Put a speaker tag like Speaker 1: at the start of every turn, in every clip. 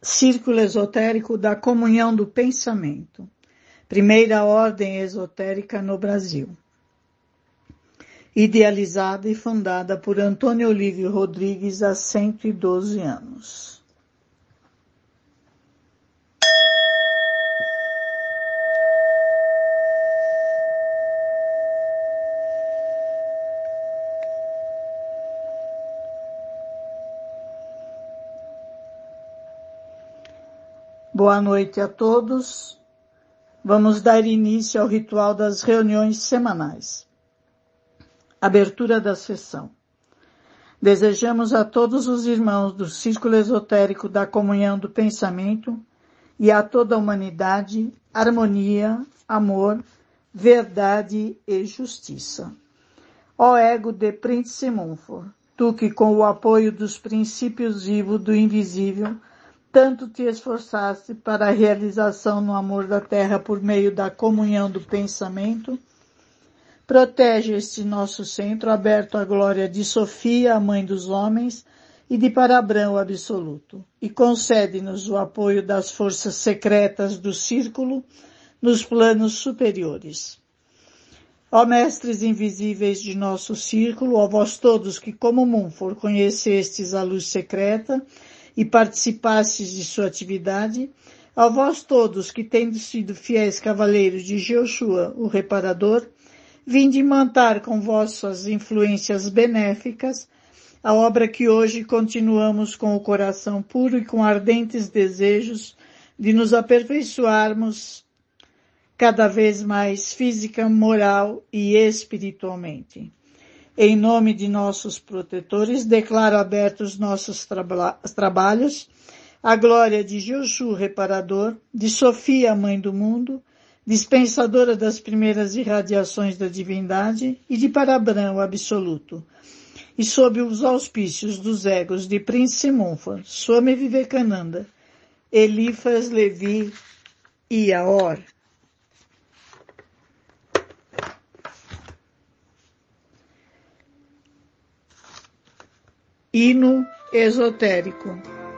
Speaker 1: Círculo Esotérico da Comunhão do Pensamento, primeira ordem esotérica no Brasil. Idealizada e fundada por Antônio Olívio Rodrigues há 112 anos. Boa noite a todos. Vamos dar início ao ritual das reuniões semanais. Abertura da sessão. Desejamos a todos os irmãos do Círculo Esotérico da Comunhão do Pensamento e a toda a humanidade harmonia, amor, verdade e justiça. Ó ego de Príncipe Monfort, tu que com o apoio dos princípios vivos do invisível tanto te esforçaste para a realização no amor da terra por meio da comunhão do pensamento, protege este nosso centro aberto à glória de Sofia, a Mãe dos Homens, e de Parabrahma o Absoluto, e concede-nos o apoio das forças secretas do Círculo nos planos superiores. Ó Mestres invisíveis de nosso Círculo, ó vós todos que como Monfort conhecestes a luz secreta, e participastes de sua atividade, a vós todos que tendo sido fiéis cavaleiros de Jeoshua, o Reparador, vinde imantar com vossas influências benéficas a obra que hoje continuamos com o coração puro e com ardentes desejos de nos aperfeiçoarmos cada vez mais física, moral e espiritualmente. Em nome de nossos protetores, declaro abertos nossos trabalhos, a glória de Jeoshua, Reparador, de Sofia, Mãe do Mundo, dispensadora das primeiras irradiações da divindade, e de Parabrahma, o Absoluto, e sob os auspícios dos egos de Príncipe Monfort, Swami Vivekananda, Eliphas Levi e Aor. Hino esotérico.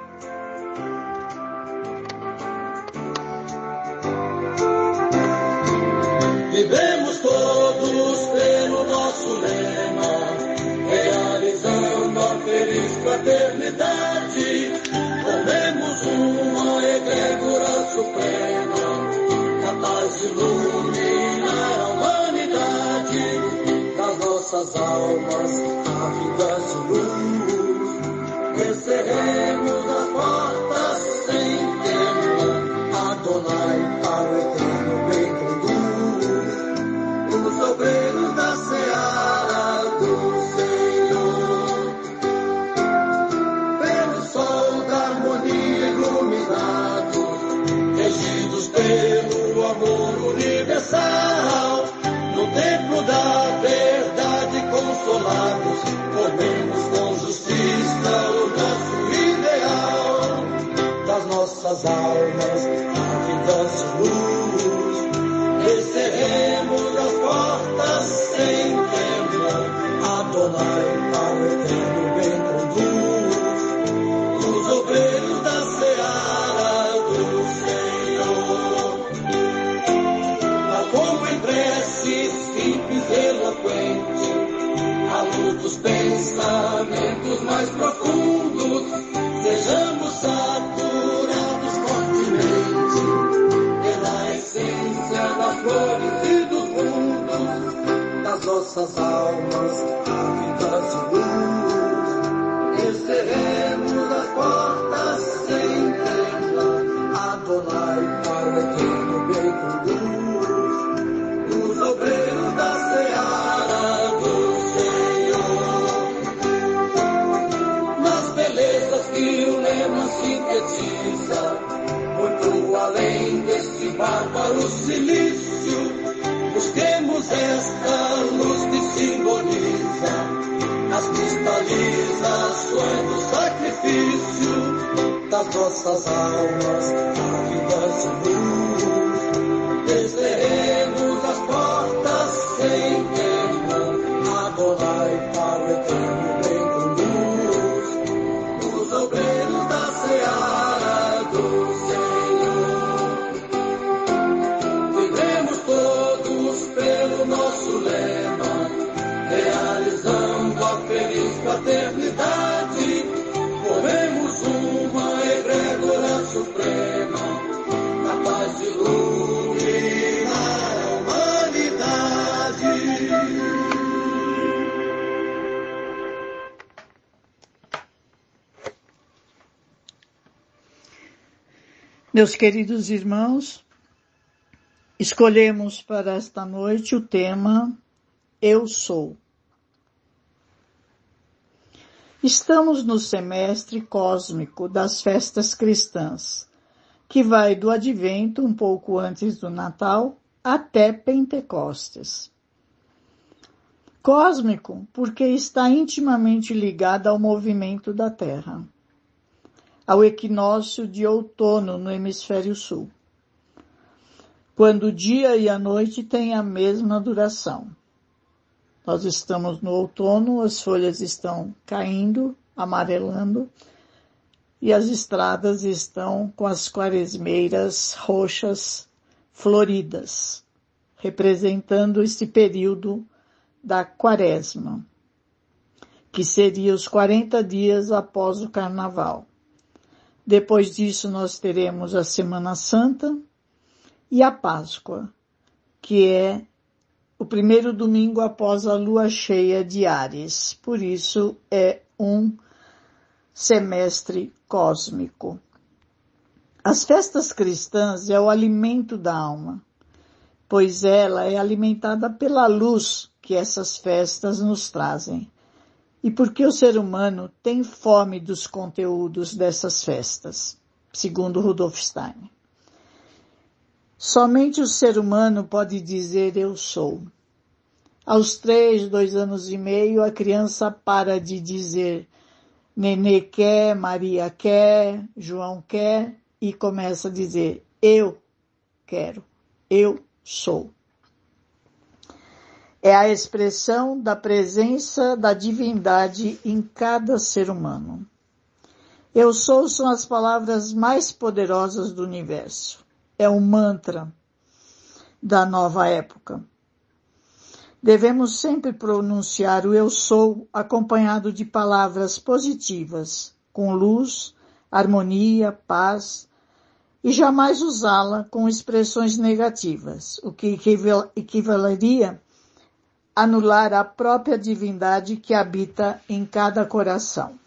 Speaker 2: Vivemos todos pelo nosso lema, realizando a feliz fraternidade. Formemos uma egrégora suprema, capaz de iluminar a humanidade. Das nossas almas, a vida de luz. Descerremos as portas sem temor, Adonai para o eterno bem conduz, os obreiros da seara do Senhor. Pelo sol da harmonia iluminados, regidos pelo amor universal, no templo da verdade consolados, formemos com justiça o nosso ideal. Das nossas almas, a vida de luz, descerremos as portas sem temor, Adonai para o eterno bem conduz, os obreiros da seara do Senhor. Mas como em prece simples e eloquente, a luz dos pensamentos mais profundos, sejamos saturados fortemente pela essência das flores e dos mundos, das nossas almas, a vida de luz. Descerremos as portas sem temor, Adonai para o eterno bem conduz, os obreiros da seara do que o lema sintetiza, muito além desse bárbaro silício, busquemos esta luz que simboliza as cristalizações do sacrifício das nossas almas, a vida de luz. Descerremos as portas sem temor, Adonai para o eterno bem conduz, os obreiros da seara do
Speaker 1: Meus queridos irmãos, escolhemos para esta noite o tema Eu Sou. Estamos no semestre cósmico das festas cristãs, que vai do Advento, um pouco antes do Natal, até Pentecostes. Cósmico porque está intimamente ligado ao movimento da Terra, ao equinócio de outono no hemisfério sul, quando o dia e a noite têm a mesma duração. Nós estamos no outono, as folhas estão caindo, amarelando, e as estradas estão com as quaresmeiras roxas floridas, representando este período da quaresma, que seria os 40 dias após o carnaval. Depois disso nós teremos a Semana Santa e a Páscoa, que é o primeiro domingo após a lua cheia de Áries. Por isso é um semestre cósmico. As festas cristãs é o alimento da alma, pois ela é alimentada pela luz que essas festas nos trazem. E porque o ser humano tem fome dos conteúdos dessas festas, segundo Rudolf Steiner. Somente o ser humano pode dizer eu sou. Aos 3, 2 anos e meio, a criança para de dizer Nenê quer, Maria quer, João quer e começa a dizer eu quero, eu sou. É a expressão da presença da divindade em cada ser humano. Eu sou são as palavras mais poderosas do universo. É um mantra da nova época. Devemos sempre pronunciar o eu sou acompanhado de palavras positivas, com luz, harmonia, paz, e jamais usá-la com expressões negativas, o que equivaleria a anular a própria divindade que habita em cada coração.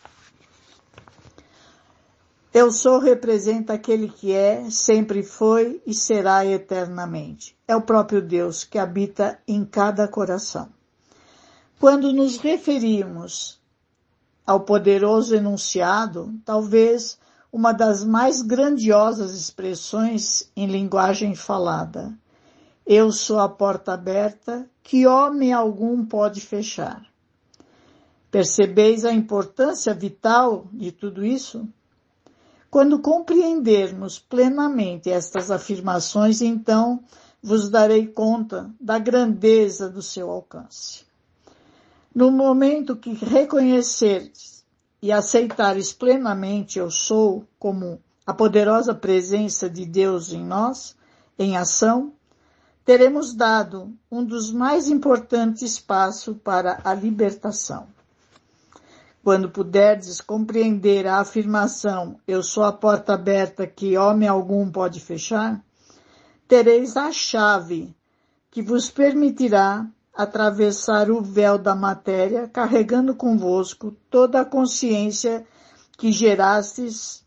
Speaker 1: Eu sou representa aquele que é, sempre foi e será eternamente. É o próprio Deus que habita em cada coração. Quando nos referimos ao poderoso enunciado, talvez uma das mais grandiosas expressões em linguagem falada. Eu sou a porta aberta que homem algum pode fechar. Percebeis a importância vital de tudo isso? Quando compreendermos plenamente estas afirmações, então vos darei conta da grandeza do seu alcance. No momento que reconheceres e aceitares plenamente eu sou como a poderosa presença de Deus em nós, em ação, teremos dado um dos mais importantes passos para a libertação. Quando puderdes compreender a afirmação eu sou a porta aberta que homem algum pode fechar, tereis a chave que vos permitirá atravessar o véu da matéria, carregando convosco toda a consciência que gerastes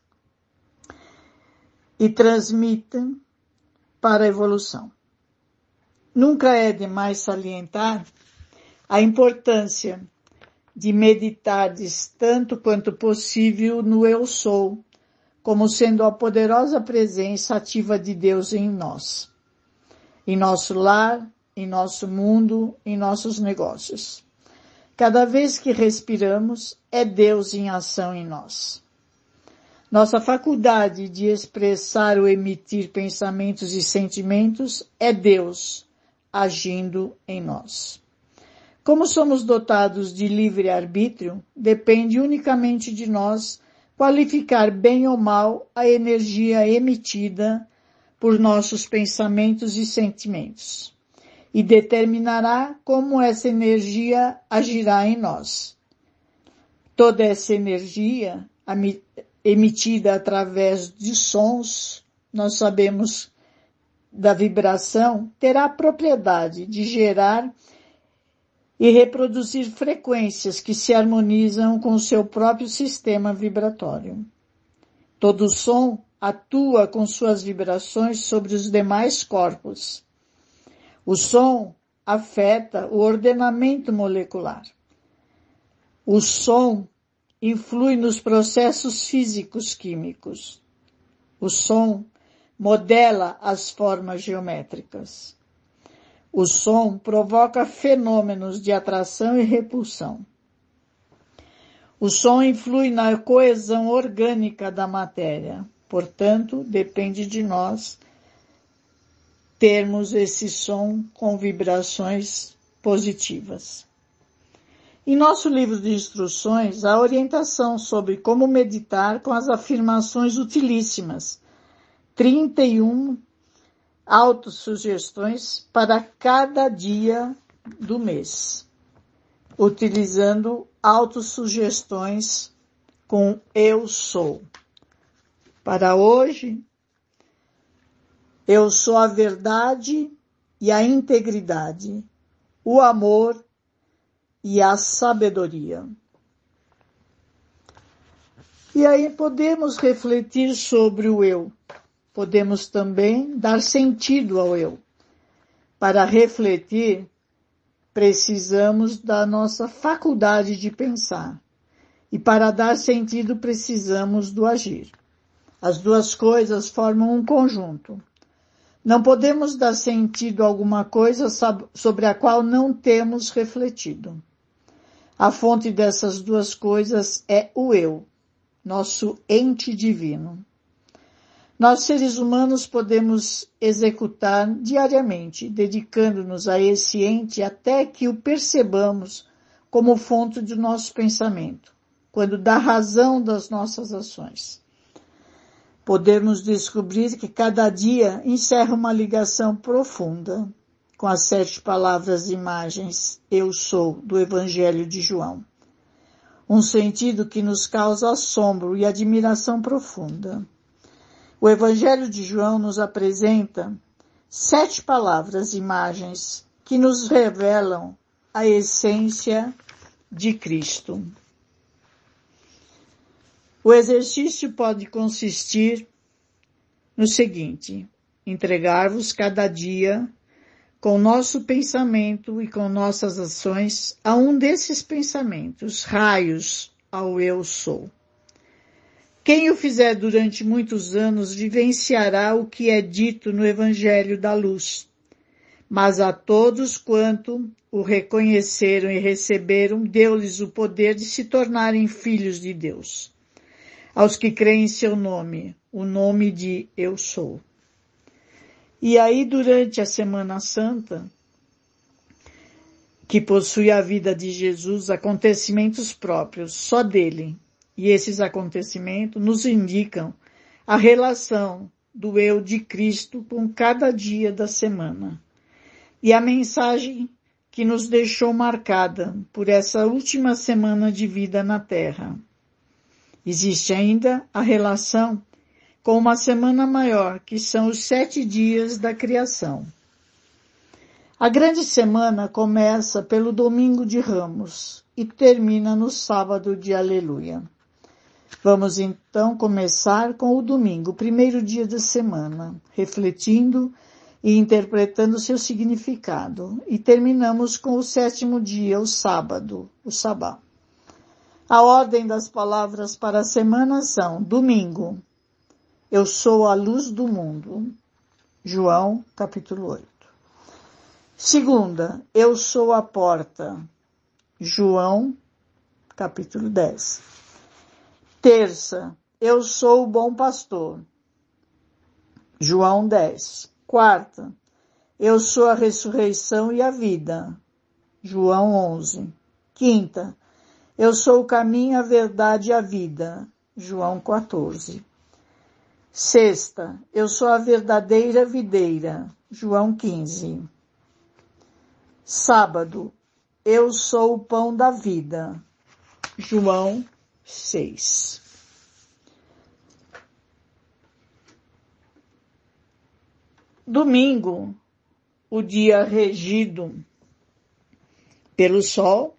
Speaker 1: e transmitem para a evolução. Nunca é demais salientar a importância de meditardes tanto quanto possível no eu sou, como sendo a poderosa presença ativa de Deus em nós, em nosso lar, em nosso mundo, em nossos negócios. Cada vez que respiramos, é Deus em ação em nós. Nossa faculdade de expressar ou emitir pensamentos e sentimentos é Deus agindo em nós. Como somos dotados de livre-arbítrio, depende unicamente de nós qualificar bem ou mal a energia emitida por nossos pensamentos e sentimentos, e determinará como essa energia agirá em nós. Toda essa energia emitida através de sons, nós sabemos da vibração, terá a propriedade de gerar e reproduzir frequências que se harmonizam com o seu próprio sistema vibratório. Todo som atua com suas vibrações sobre os demais corpos. O som afeta o ordenamento molecular. O som influi nos processos físicos químicos. O som modela as formas geométricas. O som provoca fenômenos de atração e repulsão. O som influi na coesão orgânica da matéria. Portanto, depende de nós termos esse som com vibrações positivas. Em nosso livro de instruções, há orientação sobre como meditar com as afirmações utilíssimas. 31 autossugestões para cada dia do mês, utilizando autossugestões com eu sou. Para hoje, eu sou a verdade e a integridade, o amor e a sabedoria. E aí podemos refletir sobre o eu. Podemos também dar sentido ao eu. Para refletir, precisamos da nossa faculdade de pensar. E para dar sentido, precisamos do agir. As duas coisas formam um conjunto. Não podemos dar sentido a alguma coisa sobre a qual não temos refletido. A fonte dessas duas coisas é o eu, nosso ente divino. Nós, seres humanos, podemos executar diariamente, dedicando-nos a esse ente até que o percebamos como fonte do nosso pensamento, quando dá razão das nossas ações. Podemos descobrir que cada dia encerra uma ligação profunda com as 7 palavras e imagens eu sou do Evangelho de João. Um sentido que nos causa assombro e admiração profunda. O Evangelho de João nos apresenta 7 palavras e imagens que nos revelam a essência de Cristo. O exercício pode consistir no seguinte: entregar-vos cada dia com nosso pensamento e com nossas ações a um desses pensamentos, raios ao eu sou. Quem o fizer durante muitos anos vivenciará o que é dito no Evangelho da Luz. Mas a todos quanto o reconheceram e receberam, deu-lhes o poder de se tornarem filhos de Deus. Aos que creem em seu nome, o nome de eu sou. E aí, durante a Semana Santa, que possui a vida de Jesus, acontecimentos próprios, só dele, e esses acontecimentos nos indicam a relação do eu de Cristo com cada dia da semana. E a mensagem que nos deixou marcada por essa última semana de vida na Terra. Existe ainda a relação com uma semana maior, que são os 7 dias da criação. A grande semana começa pelo domingo de Ramos e termina no sábado de Aleluia. Vamos então começar com o domingo, o primeiro dia da semana, refletindo e interpretando seu significado. E terminamos com o 7º dia, o sábado, o sabá. A ordem das palavras para a semana são: domingo, eu sou a luz do mundo. João, capítulo 8. Segunda, eu sou a porta. João, capítulo 10. Terça, eu sou o bom pastor. João 10. Quarta, eu sou a ressurreição e a vida. João 11. Quinta, eu sou o caminho, a verdade e a vida. João 14. Sexta, eu sou a verdadeira videira. João 15. Sábado, eu sou o pão da vida. João 6. Domingo, o dia regido pelo sol,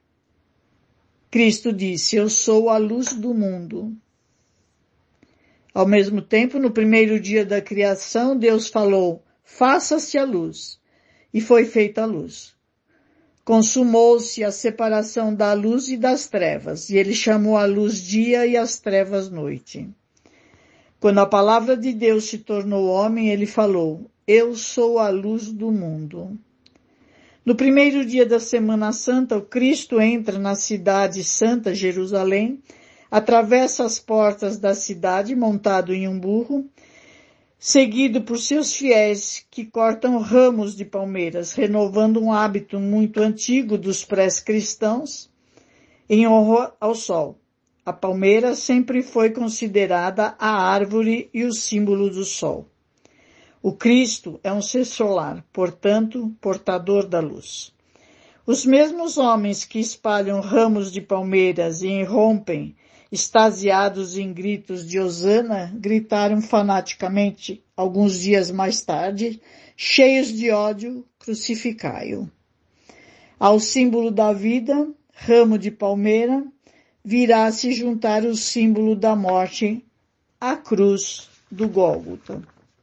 Speaker 1: Cristo disse: eu sou a luz do mundo. Ao mesmo tempo, no primeiro dia da criação, Deus falou, faça-se a luz, e foi feita a luz. Consumou-se a separação da luz e das trevas, e ele chamou a luz dia e as trevas noite. Quando a palavra de Deus se tornou homem, ele falou, eu sou a luz do mundo. No primeiro dia da Semana Santa, o Cristo entra na cidade santa, Jerusalém, atravessa as portas da cidade montado em um burro, seguido por seus fiéis que cortam ramos de palmeiras, renovando um hábito muito antigo dos pré-cristãos em honra ao sol. A palmeira sempre foi considerada a árvore e o símbolo do sol. O Cristo é um ser solar, portanto, portador da luz. Os mesmos homens que espalham ramos de palmeiras e irrompem, extasiados em gritos de Hosana, gritaram fanaticamente, alguns dias mais tarde, cheios de ódio, crucificai-o. Ao símbolo da vida, ramo de palmeira, virá se juntar o símbolo da morte, a cruz do Gólgota.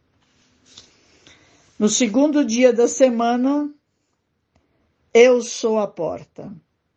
Speaker 1: No segundo dia da semana, eu sou a porta.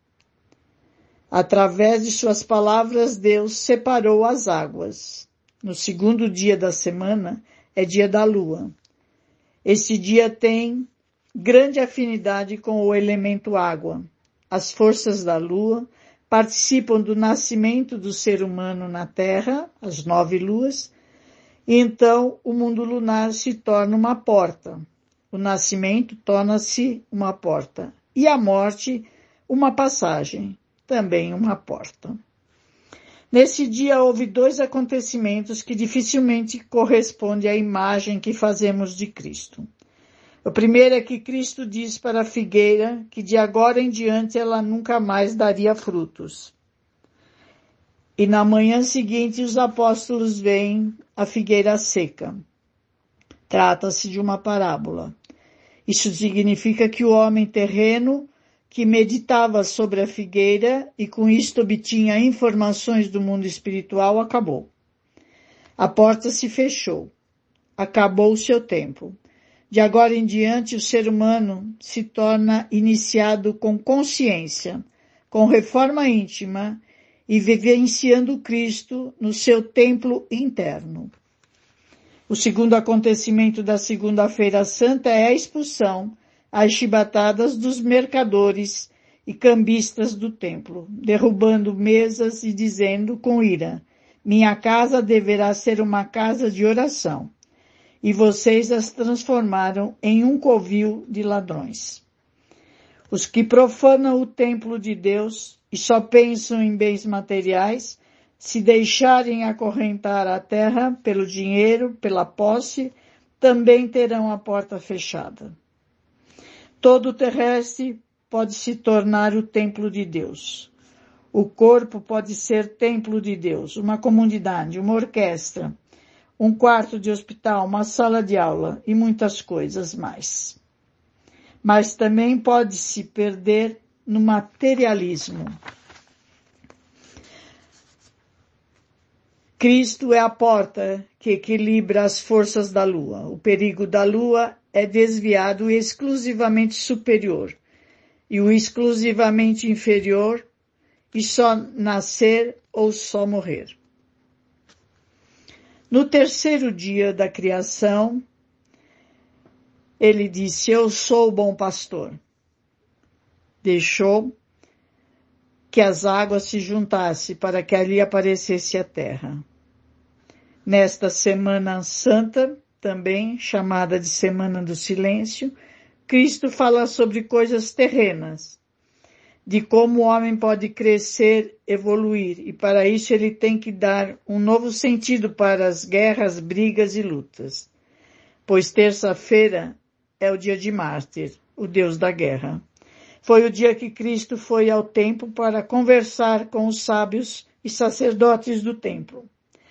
Speaker 1: Através de suas palavras, Deus separou as águas. No segundo dia da semana, é dia da lua. Esse dia tem grande afinidade com o elemento água. As forças da lua participam do nascimento do ser humano na Terra, as 9 luas, e então o mundo lunar se torna uma porta. O nascimento torna-se uma porta. E a morte, uma passagem, também uma porta. Nesse dia houve 2 acontecimentos que dificilmente correspondem à imagem que fazemos de Cristo. O primeiro é que Cristo diz para a figueira que de agora em diante ela nunca mais daria frutos. E na manhã seguinte os apóstolos veem a figueira seca. Trata-se de uma parábola. Isso significa que o homem terreno que meditava sobre a figueira e com isto obtinha informações do mundo espiritual acabou. A porta se fechou. Acabou o seu tempo. De agora em diante, o ser humano se torna iniciado com consciência, com reforma íntima e vivenciando Cristo no seu templo interno. O segundo acontecimento da Segunda-feira Santa é a expulsão às chibatadas dos mercadores e cambistas do templo, derrubando mesas e dizendo com ira, minha casa deverá ser uma casa de oração. E vocês as transformaram em um covil de ladrões. Os que profanam o templo de Deus e só pensam em bens materiais, se deixarem acorrentar a terra pelo dinheiro, pela posse, também terão a porta fechada. Todo o terrestre pode se tornar o templo de Deus. O corpo pode ser templo de Deus, uma comunidade, uma orquestra, um quarto de hospital, uma sala de aula e muitas coisas mais. Mas também pode se perder no materialismo. Cristo é a porta que equilibra as forças da lua. O perigo da lua é desviado exclusivamente superior e o exclusivamente inferior e só nascer ou só morrer. No terceiro dia da criação, ele disse, eu sou o bom pastor. Deixou que as águas se juntassem para que ali aparecesse a terra. Nesta Semana Santa, também chamada de Semana do Silêncio, Cristo fala sobre coisas terrenas, de como o homem pode crescer, evoluir, e para isso ele tem que dar um novo sentido para as guerras, brigas e lutas. Pois terça-feira é o dia de Mártir, o Deus da guerra. Foi o dia que Cristo foi ao templo para conversar com os sábios e sacerdotes do templo,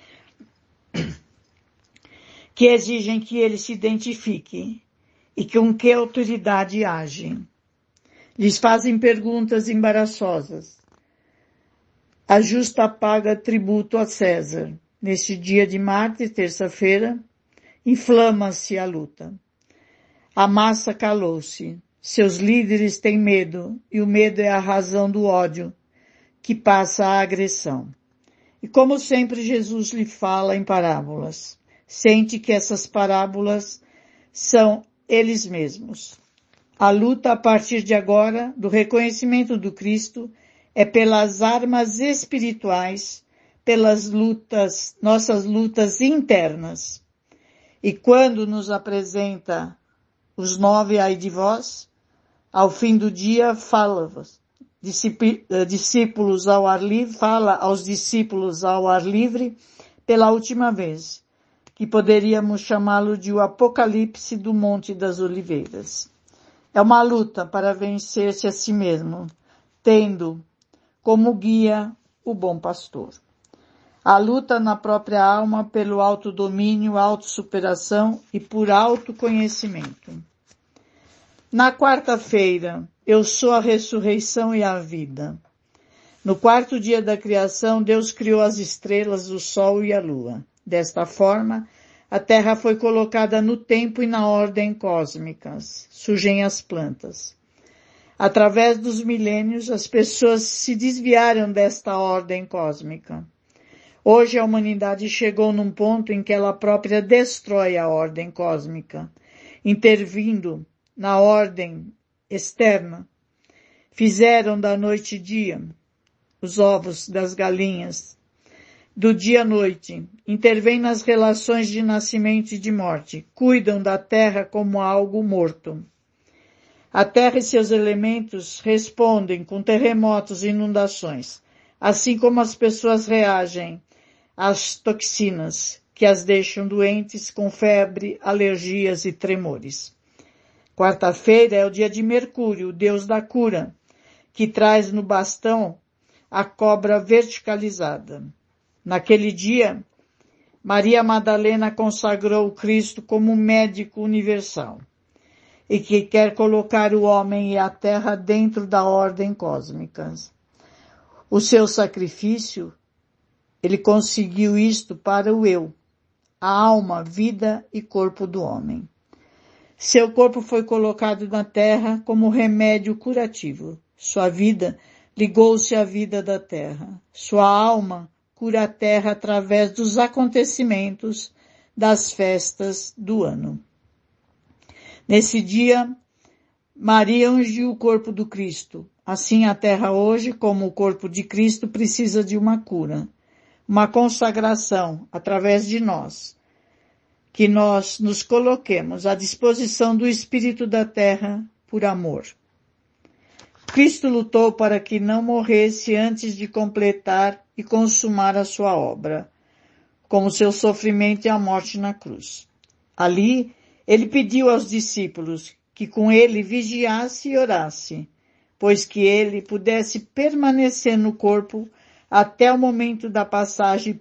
Speaker 1: que exigem que ele se identifique e com que autoridade age. Lhes fazem perguntas embaraçosas. A justa paga tributo a César. Neste dia de Marte, terça-feira, inflama-se a luta. A massa calou-se. Seus líderes têm medo, e o medo é a razão do ódio, que passa à agressão. E como sempre, Jesus lhe fala em parábolas. Sente que essas parábolas são eles mesmos. A luta a partir de agora, do reconhecimento do Cristo, é pelas armas espirituais, pelas lutas, nossas lutas internas. E quando nos apresenta os 9 ai de vós, ao fim do dia fala discípulos ao ar livre, fala aos discípulos ao ar livre pela última vez, que poderíamos chamá-lo de o Apocalipse do Monte das Oliveiras. É uma luta para vencer-se a si mesmo, tendo como guia o bom pastor. A luta na própria alma pelo autodomínio, autossuperação e por autoconhecimento. Na quarta-feira, eu sou a ressurreição e a vida. No quarto dia da criação, Deus criou as estrelas, o sol e a lua. Desta forma, a terra foi colocada no tempo e na ordem cósmicas. Surgem as plantas. Através dos milênios, as pessoas se desviaram desta ordem cósmica. Hoje a humanidade chegou num ponto em que ela própria destrói a ordem cósmica, intervindo na ordem externa. Fizeram da noite dia, os ovos das galinhas, do dia à noite, intervêm nas relações de nascimento e de morte, cuidam da terra como algo morto. A terra e seus elementos respondem com terremotos e inundações, assim como as pessoas reagem às toxinas que as deixam doentes com febre, alergias e tremores. Quarta-feira é o dia de Mercúrio, o deus da cura, que traz no bastão a cobra verticalizada. Naquele dia, Maria Madalena consagrou o Cristo como médico universal e que quer colocar o homem e a terra dentro da ordem cósmica. O seu sacrifício, ele conseguiu isto para o eu, a alma, vida e corpo do homem. Seu corpo foi colocado na terra como remédio curativo. Sua vida ligou-se à vida da terra. Sua alma cura a terra através dos acontecimentos das festas do ano. Nesse dia, Maria ungiu o corpo do Cristo. Assim a terra hoje, como o corpo de Cristo, precisa de uma cura, uma consagração através de nós, que nós nos coloquemos à disposição do Espírito da terra por amor. Cristo lutou para que não morresse antes de completar e consumar a sua obra, como seu sofrimento e a morte na cruz. Ali, ele pediu aos discípulos que com ele vigiasse e orasse, pois que ele pudesse permanecer no corpo até o momento da passagem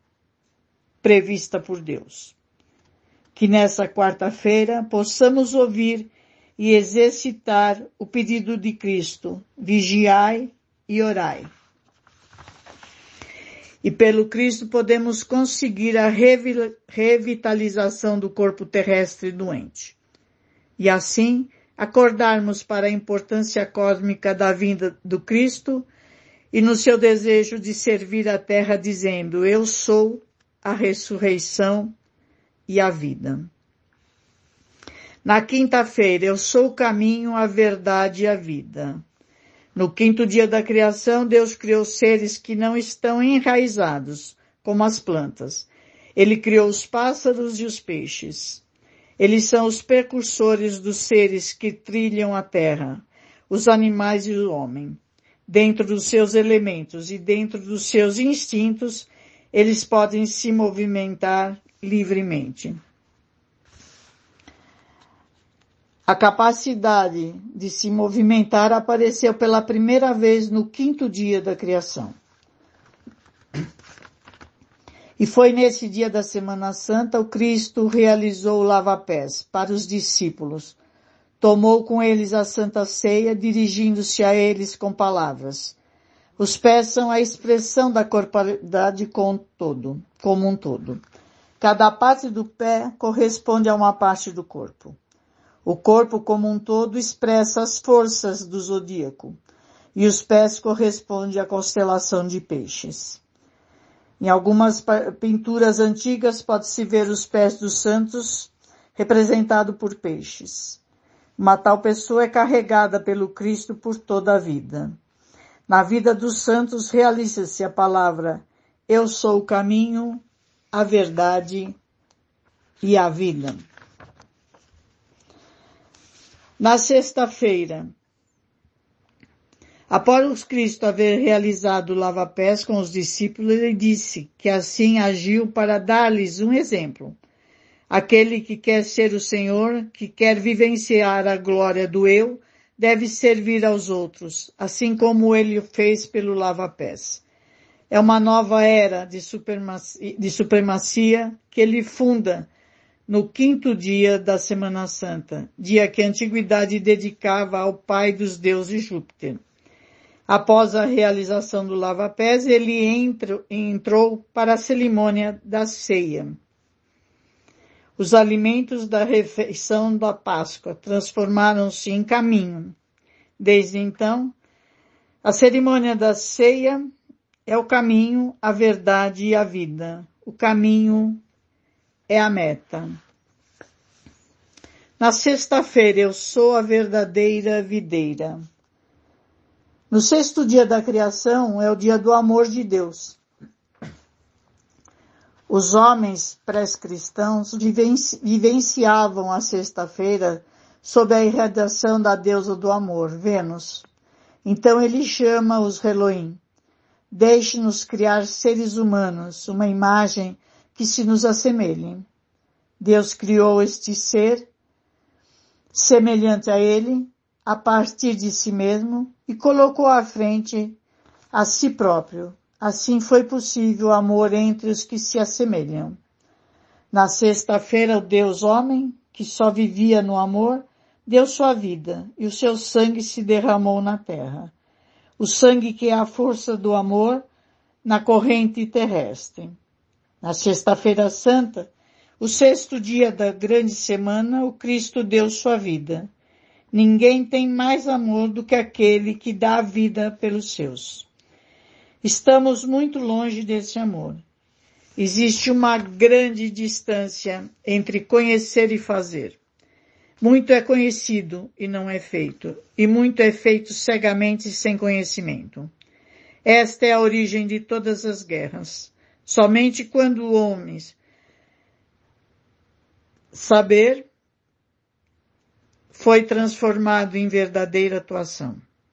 Speaker 1: prevista por Deus. Que nessa quarta-feira possamos ouvir e exercitar o pedido de Cristo, vigiai e orai. E pelo Cristo podemos conseguir a revitalização do corpo terrestre doente. E assim, acordarmos para a importância cósmica da vinda do Cristo e no seu desejo de servir a terra dizendo, eu sou a ressurreição e a vida. Na quinta-feira, eu sou o caminho, a verdade e a vida. No quinto dia da criação, Deus criou seres que não estão enraizados, como as plantas. Ele criou os pássaros e os peixes. Eles são os precursores dos seres que trilham a terra, os animais e o homem. Dentro dos seus elementos e dentro dos seus instintos, eles podem se movimentar livremente. A capacidade de se movimentar apareceu pela primeira vez no quinto dia da criação. E foi nesse dia da Semana Santa o Cristo realizou o lava-pés para os discípulos. Tomou com eles a Santa Ceia, dirigindo-se a eles com palavras. Os pés são a expressão da corporeidade como um todo. Cada parte do pé corresponde a uma parte do corpo. O corpo como um todo expressa as forças do zodíaco, e os pés correspondem à constelação de Peixes. Em algumas pinturas antigas pode-se ver os pés dos santos representados por peixes. Uma tal pessoa é carregada pelo Cristo por toda a vida. Na vida dos santos realiza-se a palavra: eu sou o caminho, a verdade e a vida. Na sexta-feira, após Cristo haver realizado o lava-pés com os discípulos, ele disse que assim agiu para dar-lhes um exemplo. Aquele que quer ser o Senhor, que quer vivenciar a glória do eu, deve servir aos outros, assim como ele o fez pelo lava-pés. É uma nova era de supremacia que ele funda no 5º dia da Semana Santa, dia que a antiguidade dedicava ao pai dos deuses Júpiter. Após a realização do lava-pés, ele entrou para a cerimônia da ceia. Os alimentos da refeição da Páscoa transformaram-se em caminho. Desde então, a cerimônia da ceia é o caminho, a verdade e a vida. O caminho é a meta. Na sexta-feira, eu sou a verdadeira videira. No 6º dia da criação é o dia do amor de Deus. Os homens pré-cristãos vivenciavam a sexta-feira sob a irradiação da deusa do amor, Vênus. Então ele chama os Elohim: deixe-nos criar seres humanos, uma imagem que se nos assemelhe. Deus criou este ser semelhante a ele, a partir de si mesmo, e colocou à frente a si próprio. Assim foi possível o amor entre os que se assemelham. Na sexta-feira, o Deus homem, que só vivia no amor, deu sua vida, e o seu sangue se derramou na terra. O sangue que é a força do amor na corrente terrestre. Na sexta-feira santa, o 6º dia da grande semana, o Cristo deu sua vida. Ninguém tem mais amor do que aquele que dá a vida pelos seus. Estamos muito longe desse amor. Existe uma grande distância entre conhecer e fazer. Muito é conhecido e não é feito, e muito é feito cegamente sem conhecimento. Esta é a origem de todas as guerras. Somente quando o homem saber foi transformado em verdadeira atuação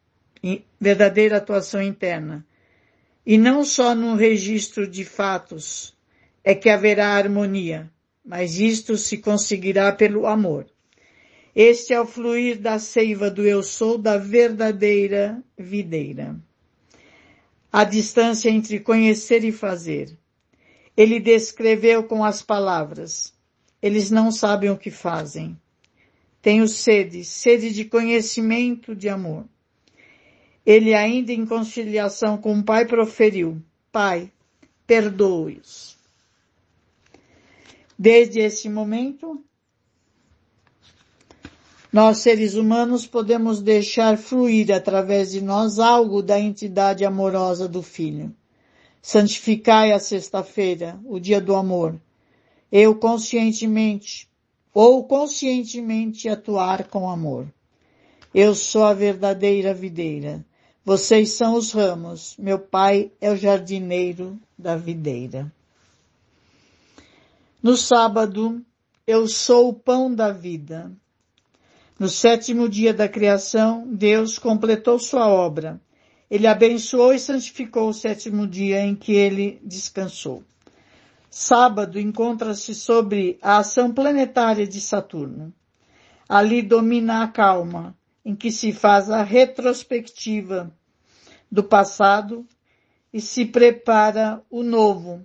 Speaker 1: interna, e não só num registro de fatos, é que haverá harmonia, mas isto se conseguirá pelo amor. Este é o fluir da seiva do eu sou, da verdadeira videira. A distância entre conhecer e fazer. Ele descreveu com as palavras: eles não sabem o que fazem. Tenho sede de conhecimento, de amor. Ele ainda em conciliação com o Pai proferiu: Pai, perdoe-os. Desde esse momento, nós seres humanos podemos deixar fluir através de nós algo da entidade amorosa do Filho. Santificai a sexta-feira, o dia do amor. Eu conscientemente atuar com amor. Eu sou a verdadeira videira. Vocês são os ramos. Meu Pai é o jardineiro da videira. No sábado, eu sou o pão da vida. No 7º dia da criação, Deus completou sua obra. Ele abençoou e santificou o 7º dia em que ele descansou. Sábado encontra-se sobre a ação planetária de Saturno. Ali domina a calma, em que se faz a retrospectiva do passado e se prepara o novo.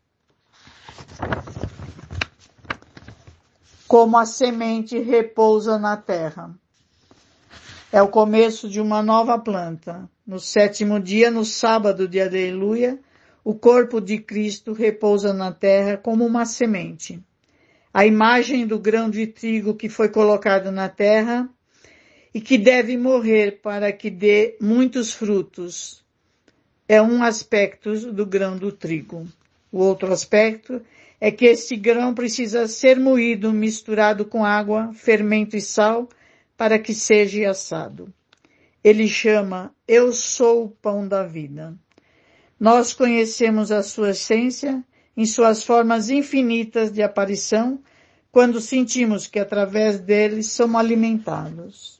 Speaker 1: Como a semente repousa na terra. É o começo de uma nova planta. No 7º dia, no sábado de Aleluia, o corpo de Cristo repousa na terra como uma semente. A imagem do grão de trigo que foi colocado na terra e que deve morrer para que dê muitos frutos. É um aspecto do grão do trigo. O outro aspecto é que este grão precisa ser moído, misturado com água, fermento e sal, para que seja assado. Ele chama, eu sou o pão da vida. Nós conhecemos a sua essência em suas formas infinitas de aparição, quando sentimos que através dele somos alimentados.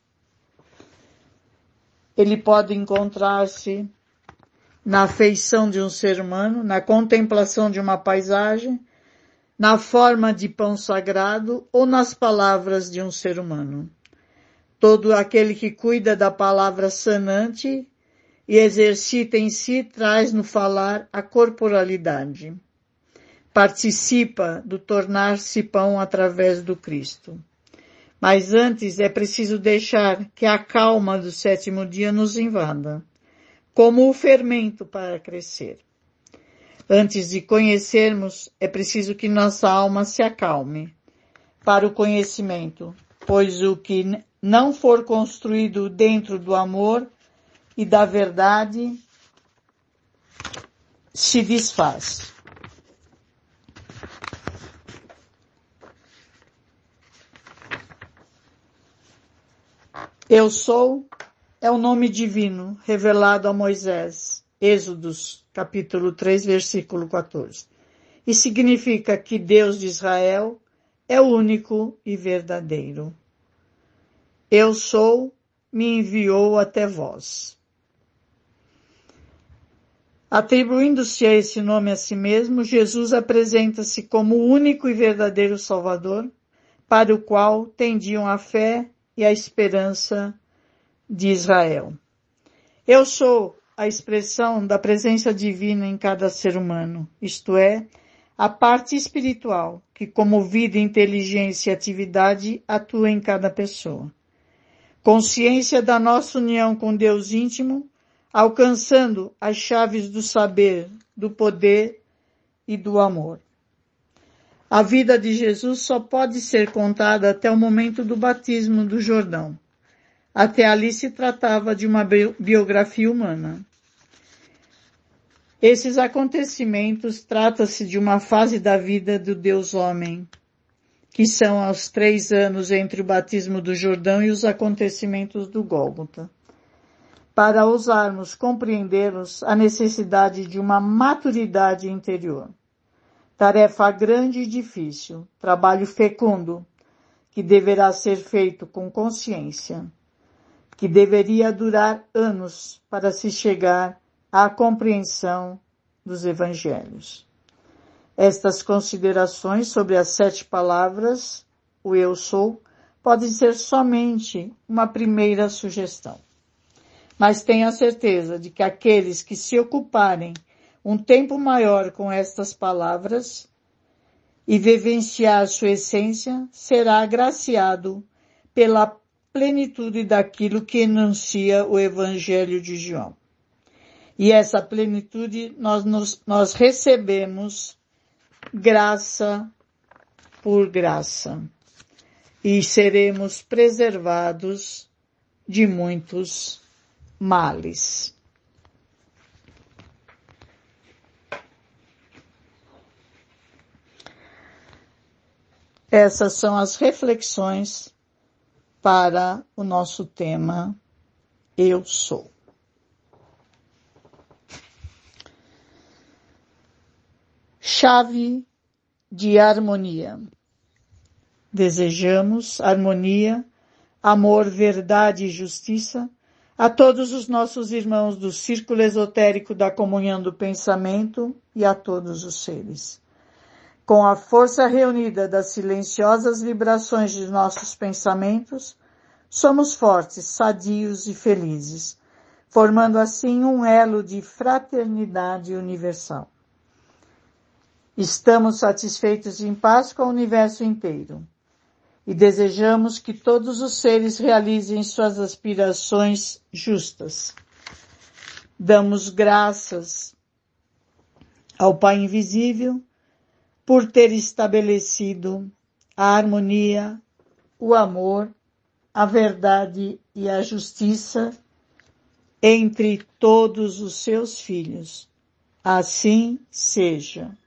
Speaker 1: Ele pode encontrar-se na afeição de um ser humano, na contemplação de uma paisagem, na forma de pão sagrado ou nas palavras de um ser humano. Todo aquele que cuida da palavra sanante e exercita em si traz no falar a corporalidade. Participa do tornar-se pão através do Cristo. Mas antes é preciso deixar que a calma do 7º dia nos invada, como o fermento para crescer. Antes de conhecermos, é preciso que nossa alma se acalme para o conhecimento, pois o que não for construído dentro do amor e da verdade se desfaz. Eu sou é o nome divino revelado a Moisés, Êxodos, capítulo 3, versículo 14. E significa que Deus de Israel é o único e verdadeiro. Eu sou, me enviou até vós. Atribuindo-se a esse nome a si mesmo, Jesus apresenta-se como o único e verdadeiro Salvador, para o qual tendiam a fé e a esperança de Israel. Eu sou a expressão da presença divina em cada ser humano, isto é, a parte espiritual, que como vida, inteligência e atividade atua em cada pessoa. Consciência da nossa união com Deus íntimo, alcançando as chaves do saber, do poder e do amor. A vida de Jesus só pode ser contada até o momento do batismo do Jordão. Até ali se tratava de uma biografia humana. Esses acontecimentos trata-se de uma fase da vida do Deus homem, que são aos 3 anos entre o batismo do Jordão e os acontecimentos do Gólgota. Para ousarmos compreendê-los, a necessidade de uma maturidade interior. Tarefa grande e difícil, trabalho fecundo, que deverá ser feito com consciência, que deveria durar anos para se chegar à compreensão dos evangelhos. Estas considerações sobre as 7 palavras, o eu sou, podem ser somente uma primeira sugestão. Mas tenha certeza de que aqueles que se ocuparem um tempo maior com estas palavras e vivenciar sua essência, será agraciado pela plenitude daquilo que enuncia o Evangelho de João. E essa plenitude nós recebemos graça por graça e seremos preservados de muitos males. Essas são as reflexões para o nosso tema Eu Sou. Chave de harmonia. Desejamos harmonia, amor, verdade e justiça a todos os nossos irmãos do círculo esotérico da comunhão do pensamento e a todos os seres. Com a força reunida das silenciosas vibrações de nossos pensamentos, somos fortes, sadios e felizes, formando assim um elo de fraternidade universal. Estamos satisfeitos e em paz com o universo inteiro e desejamos que todos os seres realizem suas aspirações justas. Damos graças ao Pai Invisível por ter estabelecido a harmonia, o amor, a verdade e a justiça entre todos os seus filhos. Assim seja.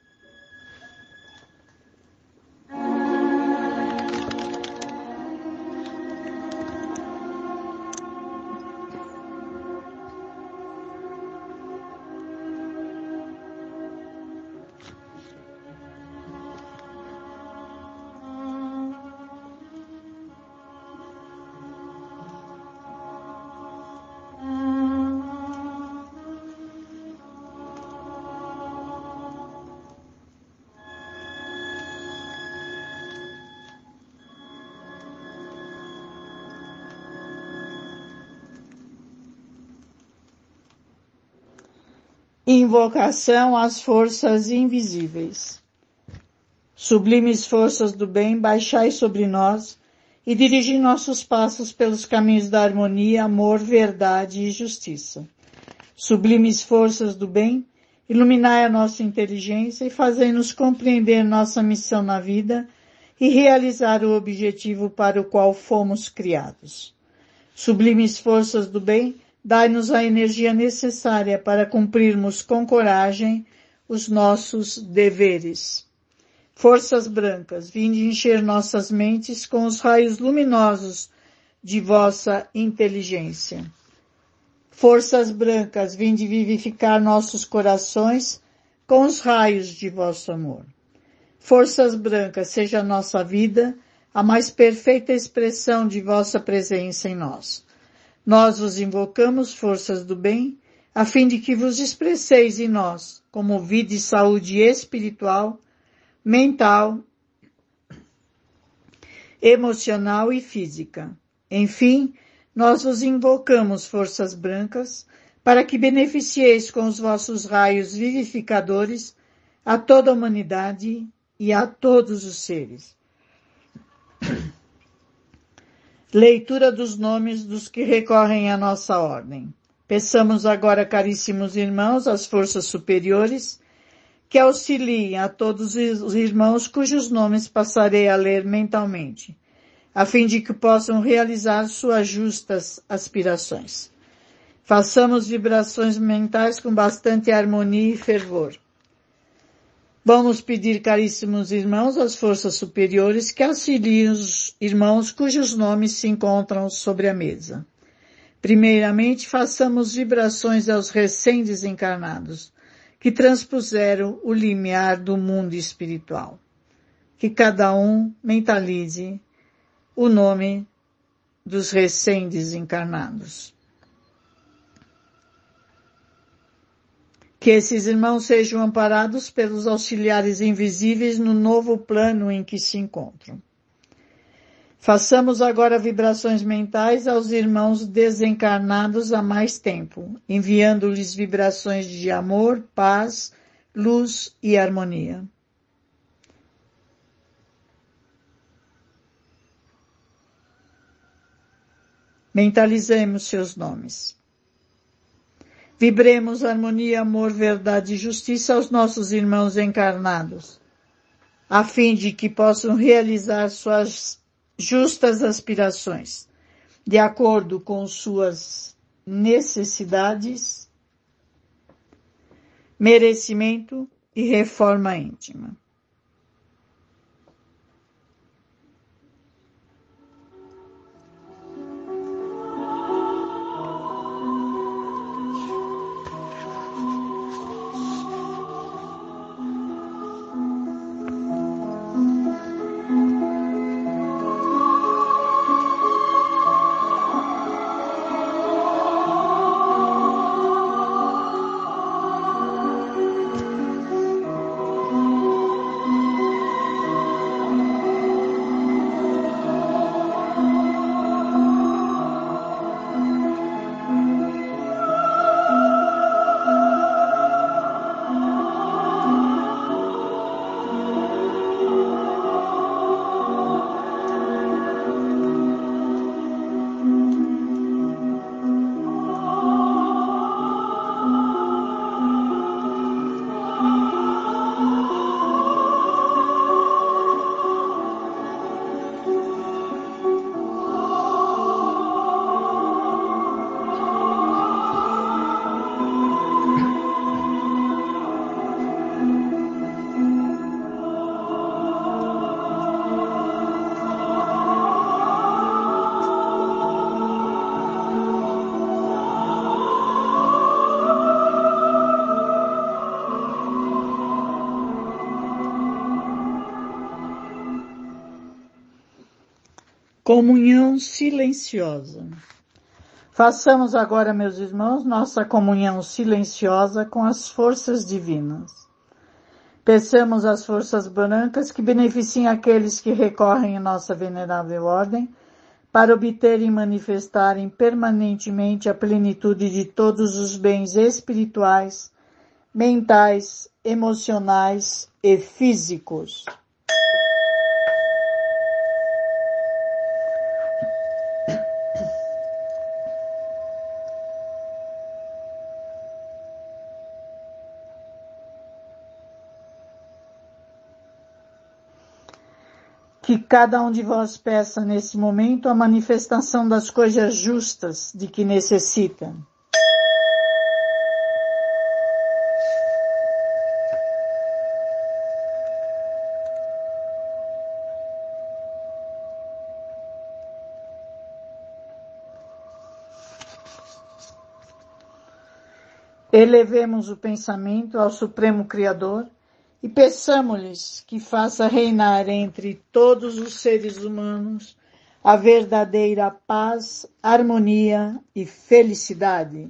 Speaker 1: Invocação às forças invisíveis. Sublimes forças do bem, baixai sobre nós e dirigi nossos passos pelos caminhos da harmonia, amor, verdade e justiça. Sublimes forças do bem, iluminai a nossa inteligência e fazei-nos compreender nossa missão na vida e realizar o objetivo para o qual fomos criados. Sublimes forças do bem, dai-nos a energia necessária para cumprirmos com coragem os nossos deveres. Forças brancas, vinde encher nossas mentes com os raios luminosos de vossa inteligência. Forças brancas, vinde vivificar nossos corações com os raios de vosso amor. Forças brancas, seja a nossa vida a mais perfeita expressão de vossa presença em nós. Nós vos invocamos, forças do bem, a fim de que vos expresseis em nós, como vida e saúde espiritual, mental, emocional e física. Enfim, nós vos invocamos, forças brancas, para que beneficieis com os vossos raios vivificadores a toda a humanidade e a todos os seres. Leitura dos nomes dos que recorrem à nossa ordem. Peçamos agora, caríssimos irmãos, às forças superiores, que auxiliem a todos os irmãos cujos nomes passarei a ler mentalmente, a fim de que possam realizar suas justas aspirações. Façamos vibrações mentais com bastante harmonia e fervor. Vamos pedir, caríssimos irmãos, às forças superiores que auxiliem os irmãos cujos nomes se encontram sobre a mesa. Primeiramente, façamos vibrações aos recém-desencarnados, que transpuseram o limiar do mundo espiritual. Que cada um mentalize o nome dos recém-desencarnados. Que esses irmãos sejam amparados pelos auxiliares invisíveis no novo plano em que se encontram. Façamos agora vibrações mentais aos irmãos desencarnados há mais tempo, enviando-lhes vibrações de amor, paz, luz e harmonia. Mentalizemos seus nomes. Vibremos harmonia, amor, verdade e justiça aos nossos irmãos encarnados, a fim de que possam realizar suas justas aspirações, de acordo com suas necessidades, merecimento e reforma íntima. Comunhão silenciosa. Façamos agora, meus irmãos, nossa comunhão silenciosa com as forças divinas. Peçamos às forças brancas que beneficiem aqueles que recorrem à nossa venerável ordem para obterem e manifestarem permanentemente a plenitude de todos os bens espirituais, mentais, emocionais e físicos. Que cada um de vós peça nesse momento a manifestação das coisas justas de que necessita. Elevemos o pensamento ao Supremo Criador e peçamo-lhes que faça reinar entre todos os seres humanos a verdadeira paz, harmonia e felicidade.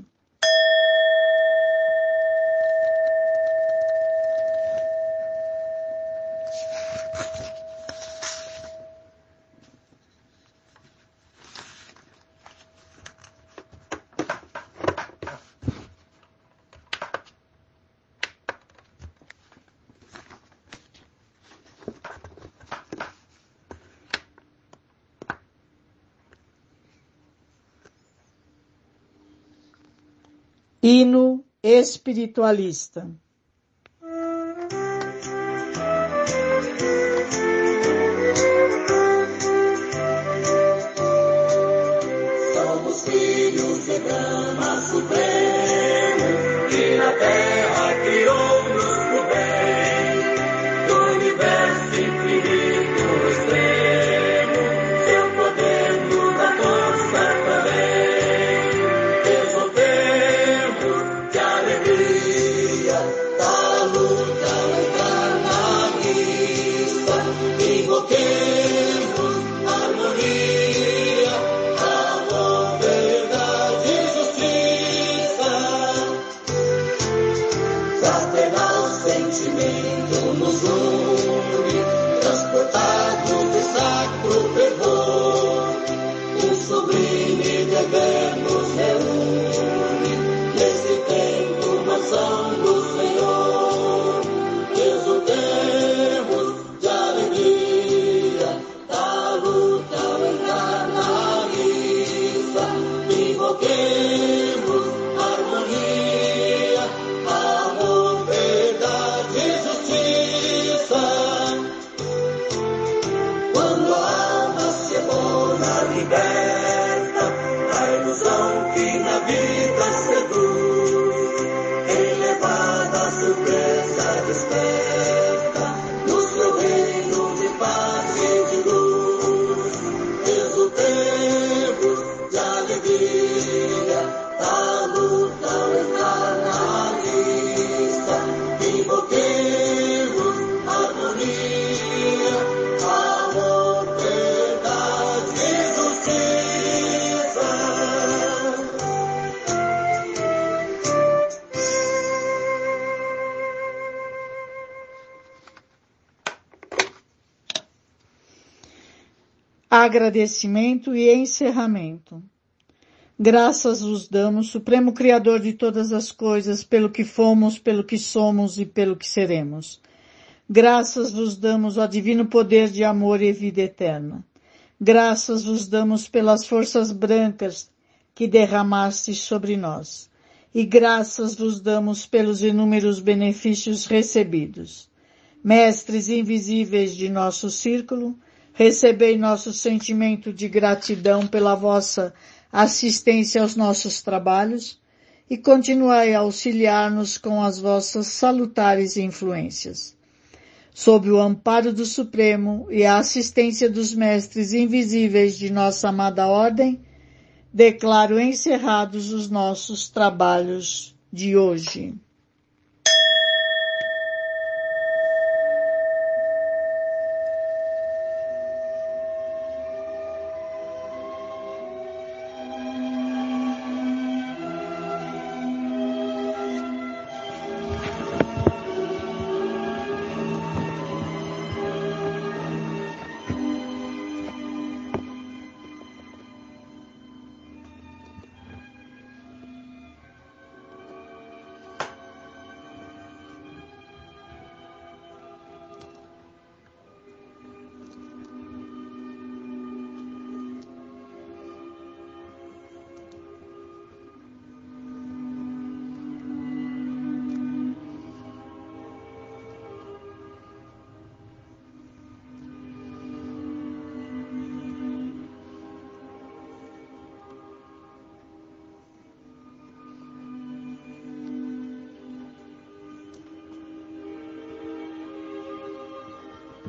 Speaker 1: Hino espiritualista.
Speaker 2: Somos filhos de Brahma Supremo, que na terra criou-nos pro bem, do universo infinito extremo, seu poder nos dá força também. Exultemos de alegria da luta encarnalista, invoquemos harmonia, amor, verdade e justiça. Fraternal sentimento nos une, transportados de sacro fervor, um sublime dever nos reúne, nesse tempo mansão do Senhor. Exultemos de alegria da luta encarnalista, invoquemos harmonia, amor, verdade e justiça. Quando a alma se abona, liberta a ilusão que na vida seduz, elevada a surpresa desperta no seu reino de paz e de luz. Exultemos de alegria da luta encarnalista, invoquemos harmonia, amor, verdade e justiça.
Speaker 1: Agradecimento e encerramento. Graças vos damos, Supremo Criador de todas as coisas, pelo que fomos, pelo que somos e pelo que seremos. Graças vos damos ao divino poder de amor e vida eterna. Graças vos damos pelas forças brancas que derramastes sobre nós. E graças vos damos pelos inúmeros benefícios recebidos. Mestres invisíveis de nosso círculo, recebei nosso sentimento de gratidão pela vossa assistência aos nossos trabalhos e continuai a auxiliar-nos com as vossas salutares influências. Sob o amparo do Supremo e a assistência dos mestres invisíveis de nossa amada ordem, declaro encerrados os nossos trabalhos de hoje.